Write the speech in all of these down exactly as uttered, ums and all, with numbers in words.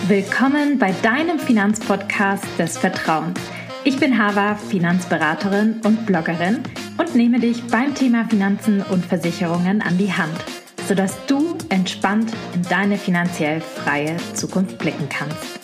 Willkommen bei deinem Finanzpodcast des Vertrauens. Ich bin Hava, Finanzberaterin und Bloggerin und nehme dich beim Thema Finanzen und Versicherungen an die Hand, sodass du entspannt in deine finanziell freie Zukunft blicken kannst.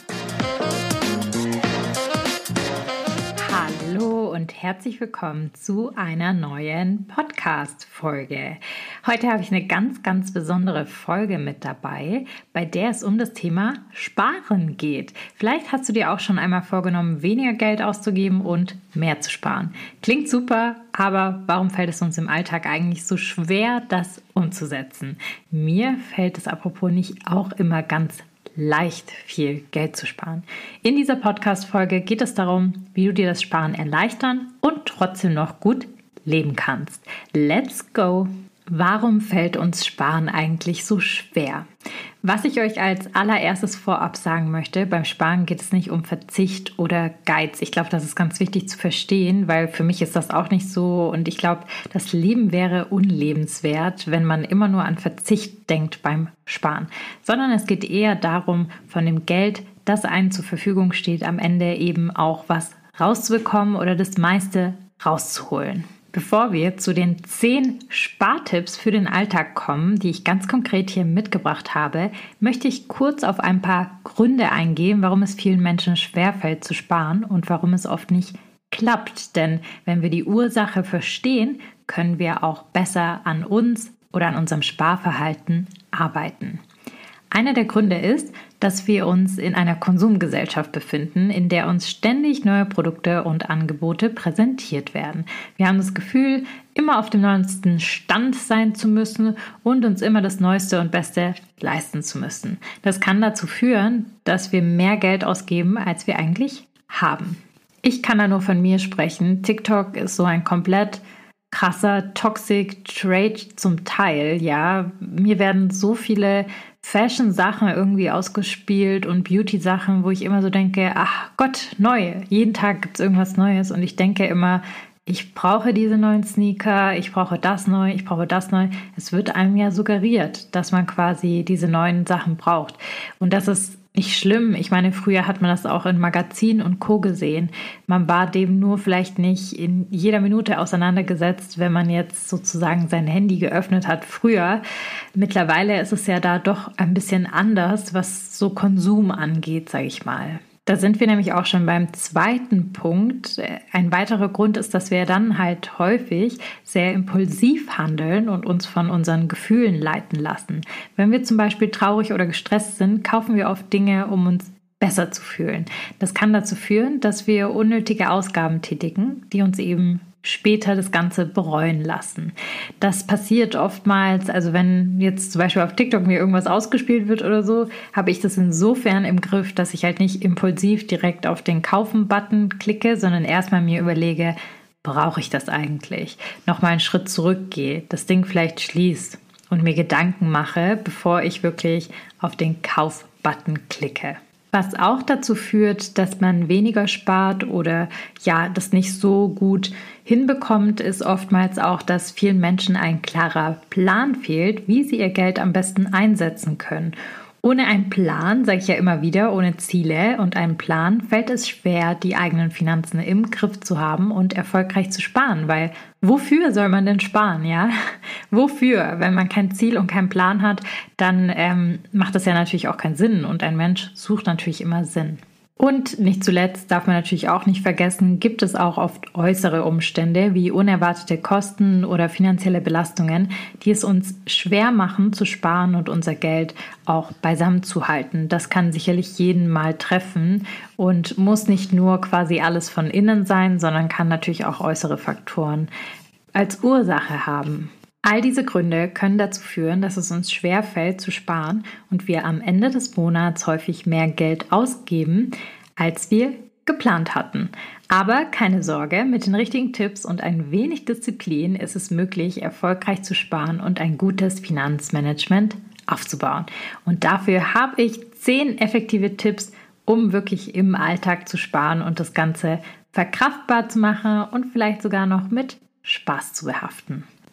Hallo und herzlich willkommen zu einer neuen Podcast-Folge. Heute habe ich eine ganz, ganz besondere Folge mit dabei, bei der es um das Thema Sparen geht. Vielleicht hast du dir auch schon einmal vorgenommen, weniger Geld auszugeben und mehr zu sparen. Klingt super, aber warum fällt es uns im Alltag eigentlich so schwer, das umzusetzen? Mir fällt es apropos nicht auch immer ganz leicht, viel Geld zu sparen. In dieser Podcast-Folge geht es darum, wie du dir das Sparen erleichtern und trotzdem noch gut leben kannst. Let's go! Warum fällt uns Sparen eigentlich so schwer? Was ich euch als allererstes vorab sagen möchte, beim Sparen geht es nicht um Verzicht oder Geiz. Ich glaube, das ist ganz wichtig zu verstehen, weil für mich ist das auch nicht so und ich glaube, das Leben wäre unlebenswert, wenn man immer nur an Verzicht denkt beim Sparen. Sondern es geht eher darum, von dem Geld, das einem zur Verfügung steht, am Ende eben auch was rauszubekommen oder das meiste rauszuholen. Bevor wir zu den zehn Spartipps für den Alltag kommen, die ich ganz konkret hier mitgebracht habe, möchte ich kurz auf ein paar Gründe eingehen, warum es vielen Menschen schwerfällt zu sparen und warum es oft nicht klappt. Denn wenn wir die Ursache verstehen, können wir auch besser an uns oder an unserem Sparverhalten arbeiten. Einer der Gründe ist, dass wir uns in einer Konsumgesellschaft befinden, in der uns ständig neue Produkte und Angebote präsentiert werden. Wir haben das Gefühl, immer auf dem neuesten Stand sein zu müssen und uns immer das Neueste und Beste leisten zu müssen. Das kann dazu führen, dass wir mehr Geld ausgeben, als wir eigentlich haben. Ich kann da nur von mir sprechen. TikTok ist so ein komplett krasser Toxic Trade zum Teil, ja. Mir werden so viele Fashion-Sachen irgendwie ausgespielt und Beauty-Sachen, wo ich immer so denke, ach Gott, neu. Jeden Tag gibt es irgendwas Neues und ich denke immer, ich brauche diese neuen Sneaker, ich brauche das neu, ich brauche das neu. Es wird einem ja suggeriert, dass man quasi diese neuen Sachen braucht. Und das ist nicht schlimm. Ich meine, früher hat man das auch in Magazinen und Co. gesehen. Man war dem nur vielleicht nicht in jeder Minute auseinandergesetzt, wenn man jetzt sozusagen sein Handy geöffnet hat früher. Mittlerweile ist es ja da doch ein bisschen anders, was so Konsum angeht, sage ich mal. Da sind wir nämlich auch schon beim zweiten Punkt. Ein weiterer Grund ist, dass wir dann halt häufig sehr impulsiv handeln und uns von unseren Gefühlen leiten lassen. Wenn wir zum Beispiel traurig oder gestresst sind, kaufen wir oft Dinge, um uns besser zu fühlen. Das kann dazu führen, dass wir unnötige Ausgaben tätigen, die uns eben später das Ganze bereuen lassen. Das passiert oftmals, also wenn jetzt zum Beispiel auf TikTok mir irgendwas ausgespielt wird oder so, habe ich das insofern im Griff, dass ich halt nicht impulsiv direkt auf den Kaufen-Button klicke, sondern erstmal mir überlege, brauche ich das eigentlich? Nochmal einen Schritt zurückgehe, das Ding vielleicht schließe und mir Gedanken mache, bevor ich wirklich auf den Kauf-Button klicke. Was auch dazu führt, dass man weniger spart oder ja, das nicht so gut hinbekommt, ist oftmals auch, dass vielen Menschen ein klarer Plan fehlt, wie sie ihr Geld am besten einsetzen können. Ohne einen Plan, sage ich ja immer wieder, ohne Ziele und einen Plan fällt es schwer, die eigenen Finanzen im Griff zu haben und erfolgreich zu sparen, weil wofür soll man denn sparen, ja? Wofür? Wenn man kein Ziel und keinen Plan hat, dann ähm, macht das ja natürlich auch keinen Sinn und ein Mensch sucht natürlich immer Sinn. Und nicht zuletzt darf man natürlich auch nicht vergessen, gibt es auch oft äußere Umstände wie unerwartete Kosten oder finanzielle Belastungen, die es uns schwer machen zu sparen und unser Geld auch beisammen zu halten. Das kann sicherlich jeden mal treffen und muss nicht nur quasi alles von innen sein, sondern kann natürlich auch äußere Faktoren als Ursache haben. All diese Gründe können dazu führen, dass es uns schwerfällt zu sparen und wir am Ende des Monats häufig mehr Geld ausgeben, als wir geplant hatten. Aber keine Sorge, mit den richtigen Tipps und ein wenig Disziplin ist es möglich, erfolgreich zu sparen und ein gutes Finanzmanagement aufzubauen. Und dafür habe ich zehn effektive Tipps, um wirklich im Alltag zu sparen und das Ganze verkraftbar zu machen und vielleicht sogar noch mit Spaß zu behaften.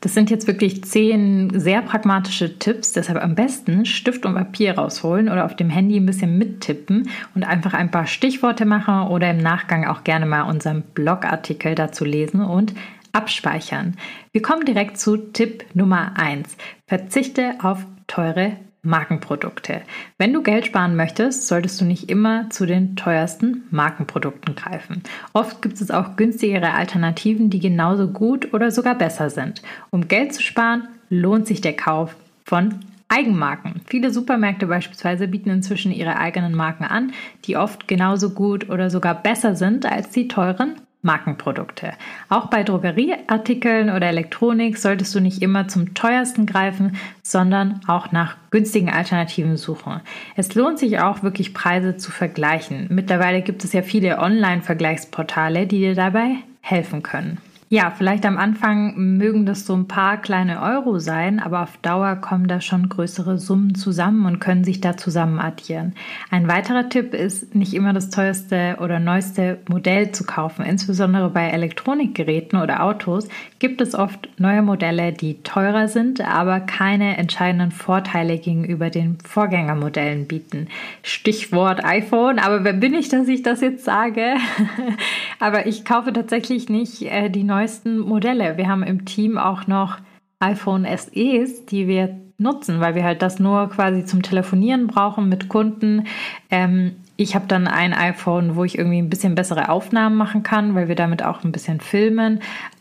Das sind jetzt wirklich zehn sehr pragmatische Tipps, deshalb am besten Stift und Papier rausholen oder auf dem Handy ein bisschen mittippen und einfach ein paar Stichworte machen oder im Nachgang auch gerne mal unseren Blogartikel dazu lesen und abspeichern. Wir kommen direkt zu Tipp Nummer eins. Verzichte auf teure Markenprodukte. Wenn du Geld sparen möchtest, solltest du nicht immer zu den teuersten Markenprodukten greifen. Oft gibt es auch günstigere Alternativen, die genauso gut oder sogar besser sind. Um Geld zu sparen, lohnt sich der Kauf von Eigenmarken. Viele Supermärkte beispielsweise bieten inzwischen ihre eigenen Marken an, die oft genauso gut oder sogar besser sind als die teuren Markenprodukte. Auch bei Drogerieartikeln oder Elektronik solltest du nicht immer zum teuersten greifen, sondern auch nach günstigen Alternativen suchen. Es lohnt sich auch wirklich Preise zu vergleichen. Mittlerweile gibt es ja viele Online-Vergleichsportale, die dir dabei helfen können. Ja, vielleicht am Anfang mögen das so ein paar kleine Euro sein, aber auf Dauer kommen da schon größere Summen zusammen und können sich da zusammen addieren. Ein weiterer Tipp ist, nicht immer das teuerste oder neueste Modell zu kaufen. Insbesondere bei Elektronikgeräten oder Autos gibt es oft neue Modelle, die teurer sind, aber keine entscheidenden Vorteile gegenüber den Vorgängermodellen bieten. Stichwort iPhone, aber wer bin ich, dass ich das jetzt sage? Aber ich kaufe tatsächlich nicht äh, die neuen neuesten Modelle. Wir haben im Team auch noch iPhone S Es, die wir nutzen, weil wir halt das nur quasi zum Telefonieren brauchen mit Kunden. Ähm, ich habe dann ein iPhone, wo ich irgendwie ein bisschen bessere Aufnahmen machen kann, weil wir damit auch ein bisschen filmen.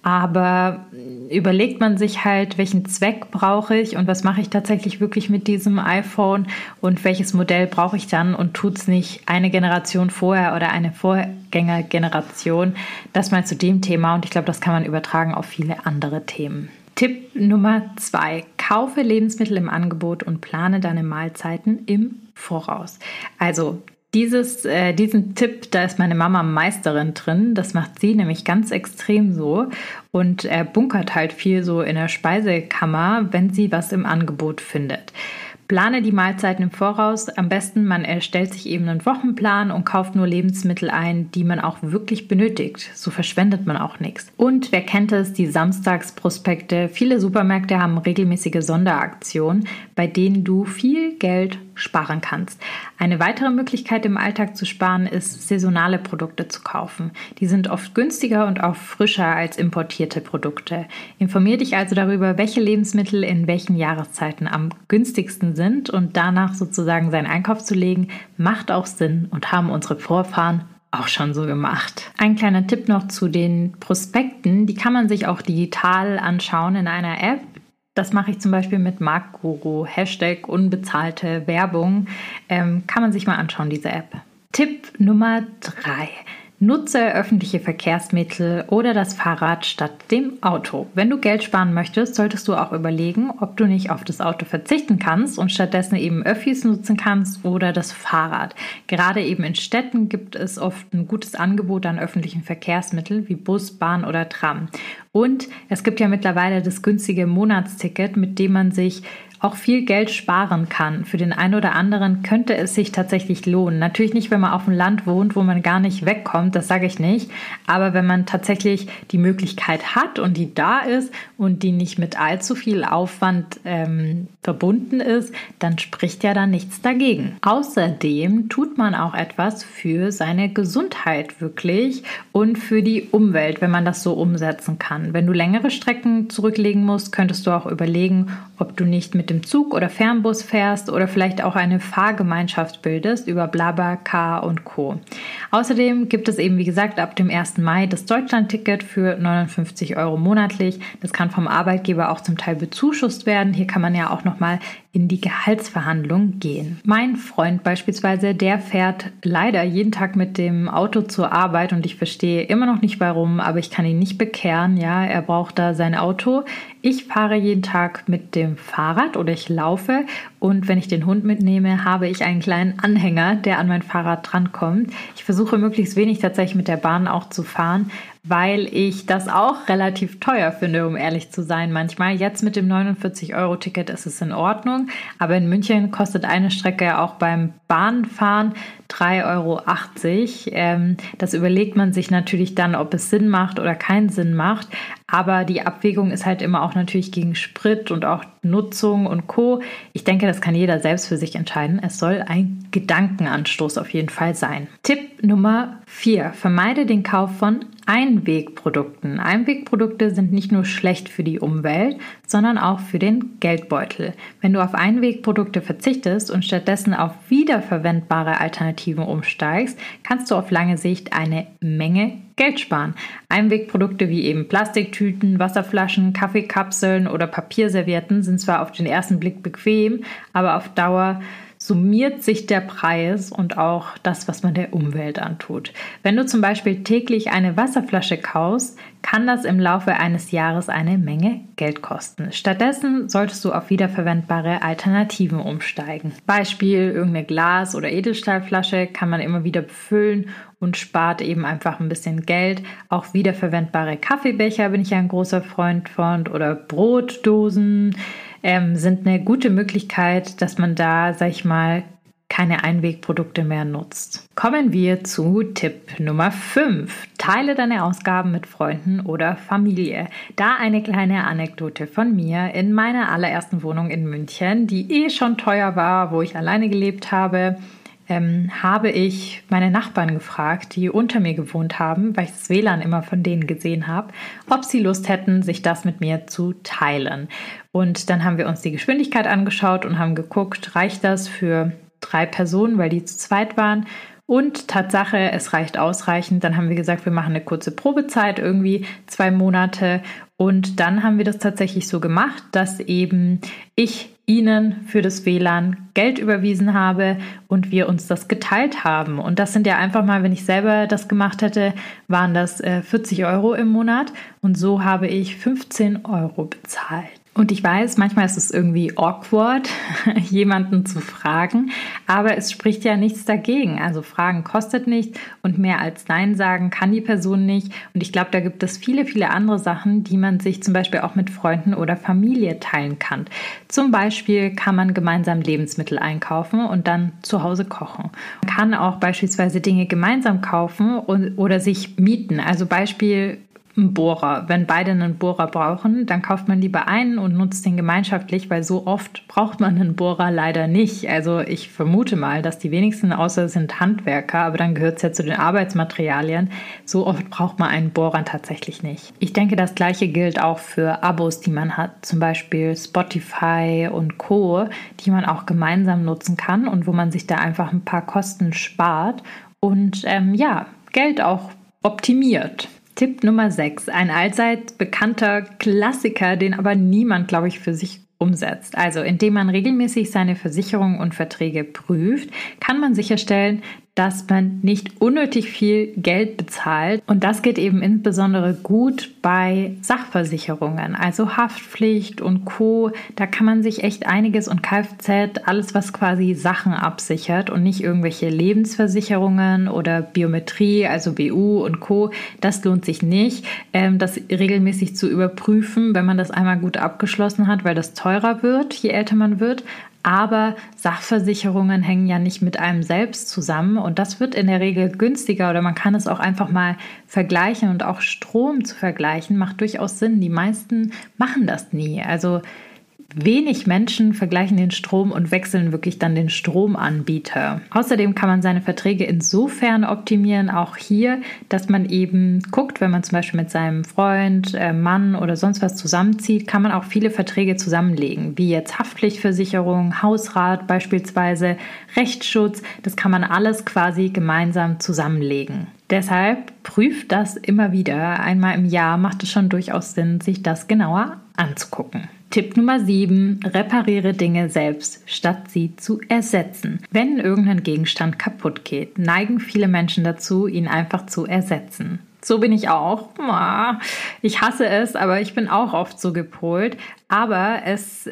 Aber überlegt man sich halt, welchen Zweck brauche ich und was mache ich tatsächlich wirklich mit diesem iPhone und welches Modell brauche ich dann und tut es nicht eine Generation vorher oder eine Vorgängergeneration. Das mal zu dem Thema und ich glaube, das kann man übertragen auf viele andere Themen. Tipp Nummer zwei. Kaufe Lebensmittel im Angebot und plane deine Mahlzeiten im Voraus. Also Dieses, äh, diesen Tipp, da ist meine Mama Meisterin drin. Das macht sie nämlich ganz extrem so und er bunkert halt viel so in der Speisekammer, wenn sie was im Angebot findet. Plane die Mahlzeiten im Voraus. Am besten, man erstellt sich eben einen Wochenplan und kauft nur Lebensmittel ein, die man auch wirklich benötigt. So verschwendet man auch nichts. Und wer kennt es, die Samstagsprospekte. Viele Supermärkte haben regelmäßige Sonderaktionen, bei denen du viel Geld sparen kannst. Eine weitere Möglichkeit im Alltag zu sparen ist, saisonale Produkte zu kaufen. Die sind oft günstiger und auch frischer als importierte Produkte. Informier dich also darüber, welche Lebensmittel in welchen Jahreszeiten am günstigsten sind und danach sozusagen seinen Einkauf zu legen, macht auch Sinn und haben unsere Vorfahren auch schon so gemacht. Ein kleiner Tipp noch zu den Prospekten. Die kann man sich auch digital anschauen in einer App. Das mache ich zum Beispiel mit Marktguru, Hashtag unbezahlte Werbung. Ähm, kann man sich mal anschauen, diese App. Tipp Nummer drei. Nutze öffentliche Verkehrsmittel oder das Fahrrad statt dem Auto. Wenn du Geld sparen möchtest, solltest du auch überlegen, ob du nicht auf das Auto verzichten kannst und stattdessen eben Öffis nutzen kannst oder das Fahrrad. Gerade eben in Städten gibt es oft ein gutes Angebot an öffentlichen Verkehrsmitteln wie Bus, Bahn oder Tram. Und es gibt ja mittlerweile das günstige Monatsticket, mit dem man sich auch viel Geld sparen kann. Für den einen oder anderen könnte es sich tatsächlich lohnen. Natürlich nicht, wenn man auf dem Land wohnt, wo man gar nicht wegkommt, das sage ich nicht. Aber wenn man tatsächlich die Möglichkeit hat und die da ist und die nicht mit allzu viel Aufwand ähm, verbunden ist, dann spricht ja da nichts dagegen. Außerdem tut man auch etwas für seine Gesundheit wirklich und für die Umwelt, wenn man das so umsetzen kann. Wenn du längere Strecken zurücklegen musst, könntest du auch überlegen, ob du nicht mit dem Zug oder Fernbus fährst oder vielleicht auch eine Fahrgemeinschaft bildest über BlaBlaCar und Co. Außerdem gibt es eben, wie gesagt, ab dem ersten Mai das Deutschlandticket für neunundfünfzig Euro monatlich. Das kann vom Arbeitgeber auch zum Teil bezuschusst werden. Hier kann man ja auch nochmal in die Gehaltsverhandlung gehen. Mein Freund beispielsweise, der fährt leider jeden Tag mit dem Auto zur Arbeit und ich verstehe immer noch nicht warum, aber ich kann ihn nicht bekehren. Ja, er braucht da sein Auto. Ich fahre jeden Tag mit dem Fahrrad oder ich laufe und wenn ich den Hund mitnehme, habe ich einen kleinen Anhänger, der an mein Fahrrad drankommt. Ich versuche möglichst wenig tatsächlich mit der Bahn auch zu fahren, weil ich das auch relativ teuer finde, um ehrlich zu sein manchmal. Jetzt mit dem neunundvierzig-Euro-Ticket ist es in Ordnung, aber in München kostet eine Strecke auch beim Bahnfahren drei Euro achtzig. Ähm, das überlegt man sich natürlich dann, ob es Sinn macht oder keinen Sinn macht. Aber die Abwägung ist halt immer auch natürlich gegen Sprit und auch Nutzung und Co. Ich denke, das kann jeder selbst für sich entscheiden. Es soll ein Gedankenanstoß auf jeden Fall sein. Tipp Nummer vier. Vermeide den Kauf von Einwegprodukten. Einwegprodukte sind nicht nur schlecht für die Umwelt, sondern auch für den Geldbeutel. Wenn du auf Einwegprodukte verzichtest und stattdessen auf wiederverwendbare Alternativen umsteigst, kannst du auf lange Sicht eine Menge Geld sparen. Einwegprodukte wie eben Plastiktüten, Wasserflaschen, Kaffeekapseln oder Papierservietten sind zwar auf den ersten Blick bequem, aber auf Dauer summiert sich der Preis und auch das, was man der Umwelt antut. Wenn du zum Beispiel täglich eine Wasserflasche kaufst, kann das im Laufe eines Jahres eine Menge Geld kosten. Stattdessen solltest du auf wiederverwendbare Alternativen umsteigen. Beispiel irgendeine Glas- oder Edelstahlflasche kann man immer wieder befüllen und spart eben einfach ein bisschen Geld. Auch wiederverwendbare Kaffeebecher bin ich ja ein großer Freund von oder Brotdosen. Ähm, sind eine gute Möglichkeit, dass man da, sag ich mal, keine Einwegprodukte mehr nutzt. Kommen wir zu Tipp Nummer fünf. Teile deine Ausgaben mit Freunden oder Familie. Da eine kleine Anekdote von mir. In meiner allerersten Wohnung in München, die eh schon teuer war, wo ich alleine gelebt habe, Ähm, habe ich meine Nachbarn gefragt, die unter mir gewohnt haben, weil ich das W L A N immer von denen gesehen habe, ob sie Lust hätten, sich das mit mir zu teilen. Und dann haben wir uns die Geschwindigkeit angeschaut und haben geguckt, reicht das für drei Personen, weil die zu zweit waren. Und Tatsache, es reicht ausreichend. Dann haben wir gesagt, wir machen eine kurze Probezeit, irgendwie zwei Monate. Und dann haben wir das tatsächlich so gemacht, dass eben ich ihnen für das W L A N Geld überwiesen habe und wir uns das geteilt haben. Und das sind ja einfach mal, wenn ich selber das gemacht hätte, waren das äh, vierzig Euro im Monat. Und so habe ich fünfzehn Euro bezahlt. Und ich weiß, manchmal ist es irgendwie awkward, jemanden zu fragen, aber es spricht ja nichts dagegen. Also Fragen kostet nichts und mehr als Nein sagen kann die Person nicht. Und ich glaube, da gibt es viele, viele andere Sachen, die man sich zum Beispiel auch mit Freunden oder Familie teilen kann. Zum Beispiel kann man gemeinsam Lebensmittel einkaufen und dann zu Hause kochen. Man kann auch beispielsweise Dinge gemeinsam kaufen und, oder sich mieten. Also Beispiel ein Bohrer. Wenn beide einen Bohrer brauchen, dann kauft man lieber einen und nutzt den gemeinschaftlich, weil so oft braucht man einen Bohrer leider nicht. Also ich vermute mal, dass die wenigsten, außer es sind Handwerker, aber dann gehört es ja zu den Arbeitsmaterialien, so oft braucht man einen Bohrer tatsächlich nicht. Ich denke, das Gleiche gilt auch für Abos, die man hat, zum Beispiel Spotify und Co., die man auch gemeinsam nutzen kann und wo man sich da einfach ein paar Kosten spart und ähm, ja, Geld auch optimiert. Tipp Nummer sechs, ein allseits bekannter Klassiker, den aber niemand, glaube ich, für sich umsetzt. Also indem man regelmäßig seine Versicherungen und Verträge prüft, kann man sicherstellen, dass man nicht unnötig viel Geld bezahlt. Und das geht eben insbesondere gut bei Sachversicherungen, also Haftpflicht und Co. Da kann man sich echt einiges und Kfz, alles was quasi Sachen absichert und nicht irgendwelche Lebensversicherungen oder Biometrie, also B U und Co. Das lohnt sich nicht, das regelmäßig zu überprüfen, wenn man das einmal gut abgeschlossen hat, weil das teurer wird, je älter man wird. Aber Sachversicherungen hängen ja nicht mit einem selbst zusammen und das wird in der Regel günstiger oder man kann es auch einfach mal vergleichen und auch Strom zu vergleichen macht durchaus Sinn. Die meisten machen das nie. Also wenig Menschen vergleichen den Strom und wechseln wirklich dann den Stromanbieter. Außerdem kann man seine Verträge insofern optimieren, auch hier, dass man eben guckt, wenn man zum Beispiel mit seinem Freund, äh, Mann oder sonst was zusammenzieht, kann man auch viele Verträge zusammenlegen, wie jetzt Haftpflichtversicherung, Hausrat beispielsweise, Rechtsschutz. Das kann man alles quasi gemeinsam zusammenlegen. Deshalb prüft das immer wieder. Einmal im Jahr macht es schon durchaus Sinn, sich das genauer anzugucken. Tipp Nummer sieben, repariere Dinge selbst, statt sie zu ersetzen. Wenn irgendein Gegenstand kaputt geht, neigen viele Menschen dazu, ihn einfach zu ersetzen. So bin ich auch. Ich hasse es, aber ich bin auch oft so gepolt. Aber es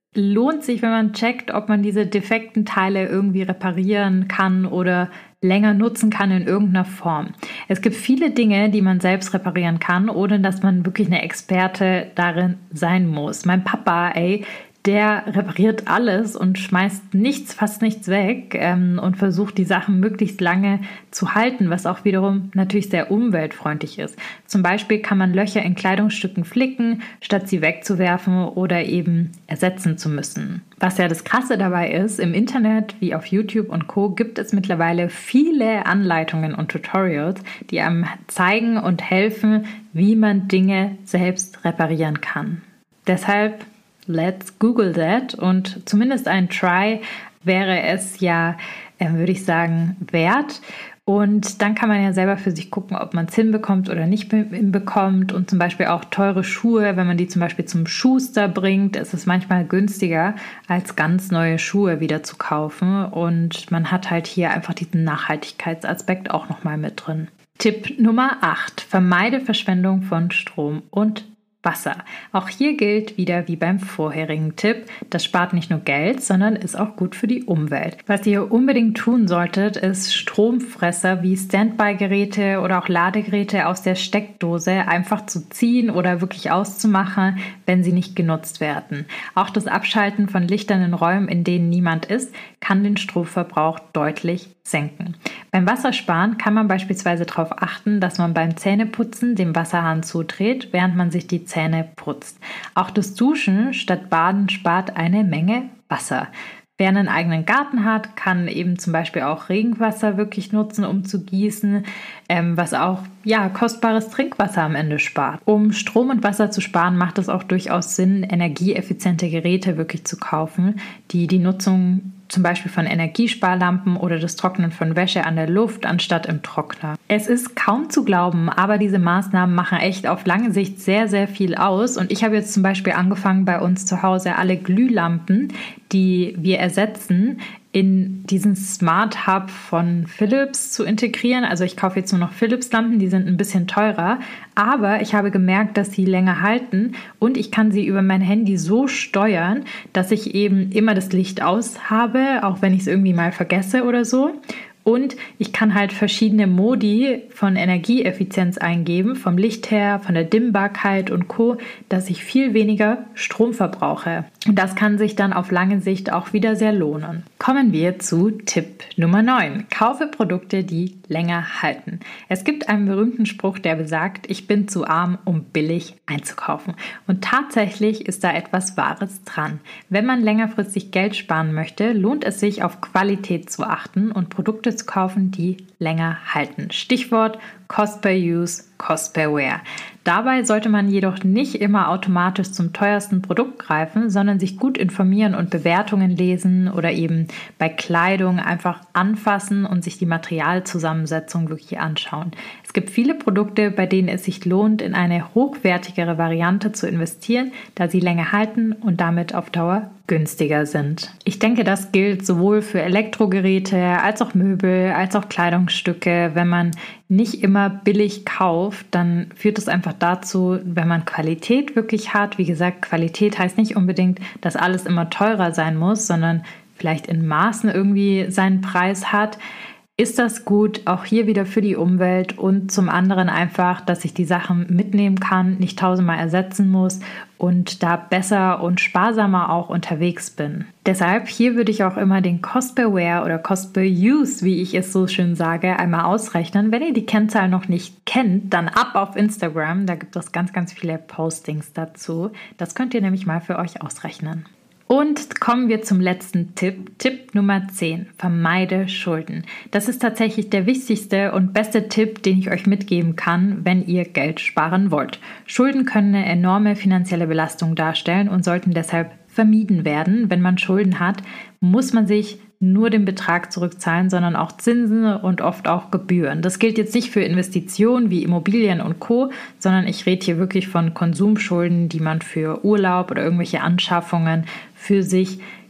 lohnt sich, wenn man checkt, ob man diese defekten Teile irgendwie reparieren kann oder länger nutzen kann in irgendeiner Form. Es gibt viele Dinge, die man selbst reparieren kann, ohne dass man wirklich eine Experte darin sein muss. Mein Papa, ey, der repariert alles und schmeißt nichts, fast nichts weg ähm, und versucht, die Sachen möglichst lange zu halten, was auch wiederum natürlich sehr umweltfreundlich ist. Zum Beispiel kann man Löcher in Kleidungsstücken flicken, statt sie wegzuwerfen oder eben ersetzen zu müssen. Was ja das Krasse dabei ist, im Internet wie auf YouTube und Co. gibt es mittlerweile viele Anleitungen und Tutorials, die einem zeigen und helfen, wie man Dinge selbst reparieren kann. Deshalb let's Google that, und zumindest ein Try wäre es ja, äh, würde ich sagen, wert. Und dann kann man ja selber für sich gucken, ob man es hinbekommt oder nicht hinbekommt. Und zum Beispiel auch teure Schuhe, wenn man die zum Beispiel zum Schuster bringt, ist es manchmal günstiger, als ganz neue Schuhe wieder zu kaufen. Und man hat halt hier einfach diesen Nachhaltigkeitsaspekt auch nochmal mit drin. Tipp Nummer acht. Vermeide Verschwendung von Strom und Wasser. Auch hier gilt wieder wie beim vorherigen Tipp, das spart nicht nur Geld, sondern ist auch gut für die Umwelt. Was ihr unbedingt tun solltet, ist Stromfresser wie Standby-Geräte oder auch Ladegeräte aus der Steckdose einfach zu ziehen oder wirklich auszumachen, wenn sie nicht genutzt werden. Auch das Abschalten von Lichtern in Räumen, in denen niemand ist, kann den Stromverbrauch deutlich senken. Beim Wassersparen kann man beispielsweise darauf achten, dass man beim Zähneputzen den Wasserhahn zudreht, während man sich die Zähne putzt. Auch das Duschen statt Baden spart eine Menge Wasser. Wer einen eigenen Garten hat, kann eben zum Beispiel auch Regenwasser wirklich nutzen, um zu gießen, ähm, was auch ja kostbares Trinkwasser am Ende spart. Um Strom und Wasser zu sparen, macht es auch durchaus Sinn, energieeffiziente Geräte wirklich zu kaufen, die die Nutzung zum Beispiel von Energiesparlampen oder das Trocknen von Wäsche an der Luft anstatt im Trockner. Es ist kaum zu glauben, aber diese Maßnahmen machen echt auf lange Sicht sehr, sehr viel aus. Und ich habe jetzt zum Beispiel angefangen, bei uns zu Hause alle Glühlampen, die wir ersetzen, in diesen Smart Hub von Philips zu integrieren. Also ich kaufe jetzt nur noch Philips-Lampen, die sind ein bisschen teurer, aber ich habe gemerkt, dass sie länger halten und ich kann sie über mein Handy so steuern, dass ich eben immer das Licht aus habe, auch wenn ich es irgendwie mal vergesse oder so. Und ich kann halt verschiedene Modi von Energieeffizienz eingeben, vom Licht her, von der Dimmbarkeit und Co., dass ich viel weniger Strom verbrauche. Und das kann sich dann auf lange Sicht auch wieder sehr lohnen. Kommen wir zu Tipp Nummer neun. Kaufe Produkte, die länger halten. Es gibt einen berühmten Spruch, der besagt, ich bin zu arm, um billig einzukaufen. Und tatsächlich ist da etwas Wahres dran. Wenn man längerfristig Geld sparen möchte, lohnt es sich, auf Qualität zu achten und Produkte zu kaufen, die länger halten. Stichwort Cost per Use, Cost per Wear. Dabei sollte man jedoch nicht immer automatisch zum teuersten Produkt greifen, sondern sich gut informieren und Bewertungen lesen oder eben bei Kleidung einfach anfassen und sich die Materialzusammensetzung wirklich anschauen. Es gibt viele Produkte, bei denen es sich lohnt, in eine hochwertigere Variante zu investieren, da sie länger halten und damit auf Dauer günstiger sind. Ich denke, das gilt sowohl für Elektrogeräte als auch Möbel, als auch Kleidungsstücke. Wenn man nicht immer billig kauft, dann führt es einfach dazu, wenn man Qualität wirklich hat. Wie gesagt, Qualität heißt nicht unbedingt, dass alles immer teurer sein muss, sondern vielleicht in Maßen irgendwie seinen Preis hat. Ist das gut, auch hier wieder für die Umwelt und zum anderen einfach, dass ich die Sachen mitnehmen kann, nicht tausendmal ersetzen muss und da besser und sparsamer auch unterwegs bin. Deshalb hier würde ich auch immer den Cost per Wear oder Cost per Use, wie ich es so schön sage, einmal ausrechnen. Wenn ihr die Kennzahl noch nicht kennt, dann ab auf Instagram, da gibt es ganz, ganz viele Postings dazu. Das könnt ihr nämlich mal für euch ausrechnen. Und kommen wir zum letzten Tipp. Tipp Nummer zehn. Vermeide Schulden. Das ist tatsächlich der wichtigste und beste Tipp, den ich euch mitgeben kann, wenn ihr Geld sparen wollt. Schulden können eine enorme finanzielle Belastung darstellen und sollten deshalb vermieden werden. Wenn man Schulden hat, muss man sich nur den Betrag zurückzahlen, sondern auch Zinsen und oft auch Gebühren. Das gilt jetzt nicht für Investitionen wie Immobilien und Co., sondern ich rede hier wirklich von Konsumschulden, die man für Urlaub oder irgendwelche Anschaffungen für sich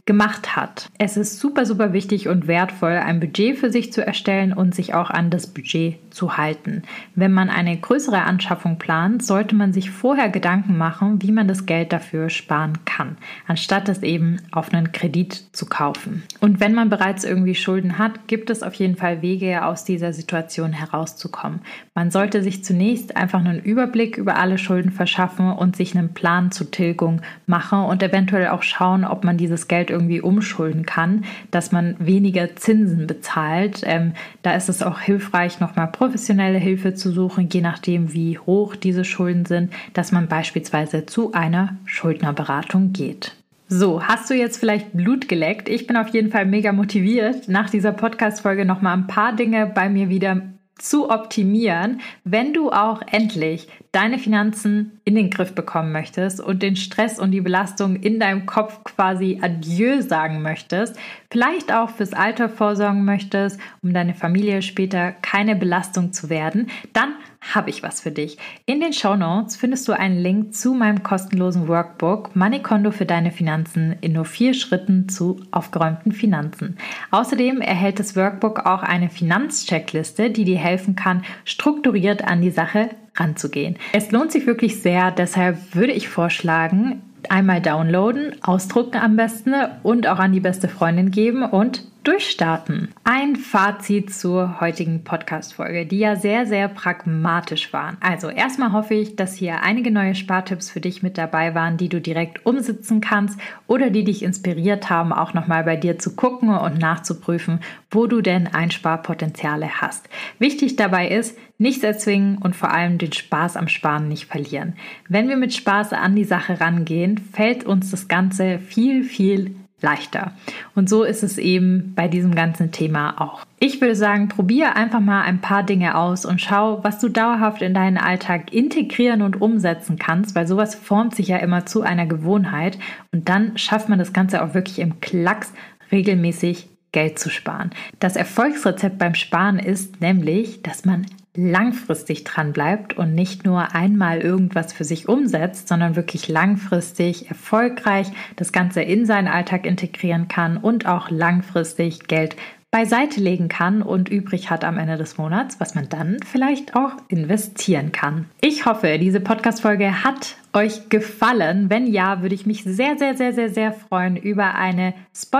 gemacht hat. Es ist super, super wichtig und wertvoll, ein Budget für sich zu erstellen und sich auch an das Budget zu halten. Wenn man eine größere Anschaffung plant, sollte man sich vorher Gedanken machen, wie man das Geld dafür sparen kann, anstatt es eben auf einen Kredit zu kaufen. Und wenn man bereits irgendwie Schulden hat, gibt es auf jeden Fall Wege, aus dieser Situation herauszukommen. Man sollte sich zunächst einfach einen Überblick über alle Schulden verschaffen und sich einen Plan zur Tilgung machen und eventuell auch schauen, ob man dieses Geld irgendwie umschulden kann, dass man weniger Zinsen bezahlt. Ähm, da ist es auch hilfreich, nochmal professionelle Hilfe zu suchen, je nachdem, wie hoch diese Schulden sind, dass man beispielsweise zu einer Schuldnerberatung geht. So, hast du jetzt vielleicht Blut geleckt? Ich bin auf jeden Fall mega motiviert, nach dieser Podcast-Folge nochmal ein paar Dinge bei mir wieder zu optimieren, wenn du auch endlich deine Finanzen in den Griff bekommen möchtest und den Stress und die Belastung in deinem Kopf quasi Adieu sagen möchtest, vielleicht auch fürs Alter vorsorgen möchtest, um deine Familie später keine Belastung zu werden, dann habe ich was für dich. In den Shownotes findest du einen Link zu meinem kostenlosen Workbook Money Kondo für deine Finanzen in nur vier Schritten zu aufgeräumten Finanzen. Außerdem erhält das Workbook auch eine Finanzcheckliste, die dir helfen kann, strukturiert an die Sache ranzugehen. Es lohnt sich wirklich sehr, deshalb würde ich vorschlagen, einmal downloaden, ausdrucken am besten und auch an die beste Freundin geben und durchstarten. Ein Fazit zur heutigen Podcast-Folge, die ja sehr, sehr pragmatisch waren. Also erstmal hoffe ich, dass hier einige neue Spartipps für dich mit dabei waren, die du direkt umsetzen kannst oder die dich inspiriert haben, auch nochmal bei dir zu gucken und nachzuprüfen, wo du denn Einsparpotenziale hast. Wichtig dabei ist, nichts erzwingen und vor allem den Spaß am Sparen nicht verlieren. Wenn wir mit Spaß an die Sache rangehen, fällt uns das Ganze viel, viel leichter. Und so ist es eben bei diesem ganzen Thema auch. Ich würde sagen, probiere einfach mal ein paar Dinge aus und schau, was du dauerhaft in deinen Alltag integrieren und umsetzen kannst, weil sowas formt sich ja immer zu einer Gewohnheit und dann schafft man das Ganze auch wirklich im Klacks regelmäßig Geld zu sparen. Das Erfolgsrezept beim Sparen ist nämlich, dass man langfristig dran bleibt und nicht nur einmal irgendwas für sich umsetzt, sondern wirklich langfristig erfolgreich das Ganze in seinen Alltag integrieren kann und auch langfristig Geld beiseite legen kann und übrig hat am Ende des Monats, was man dann vielleicht auch investieren kann. Ich hoffe, diese Podcast-Folge hat euch gefallen. Wenn ja, würde ich mich sehr, sehr, sehr, sehr, sehr freuen über eine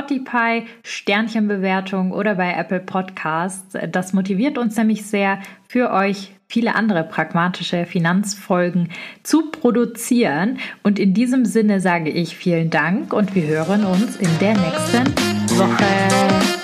Spotify-Sternchenbewertung oder bei Apple Podcasts. Das motiviert uns nämlich sehr, für euch viele andere pragmatische Finanzfolgen zu produzieren. Und in diesem Sinne sage ich vielen Dank und wir hören uns in der nächsten Woche.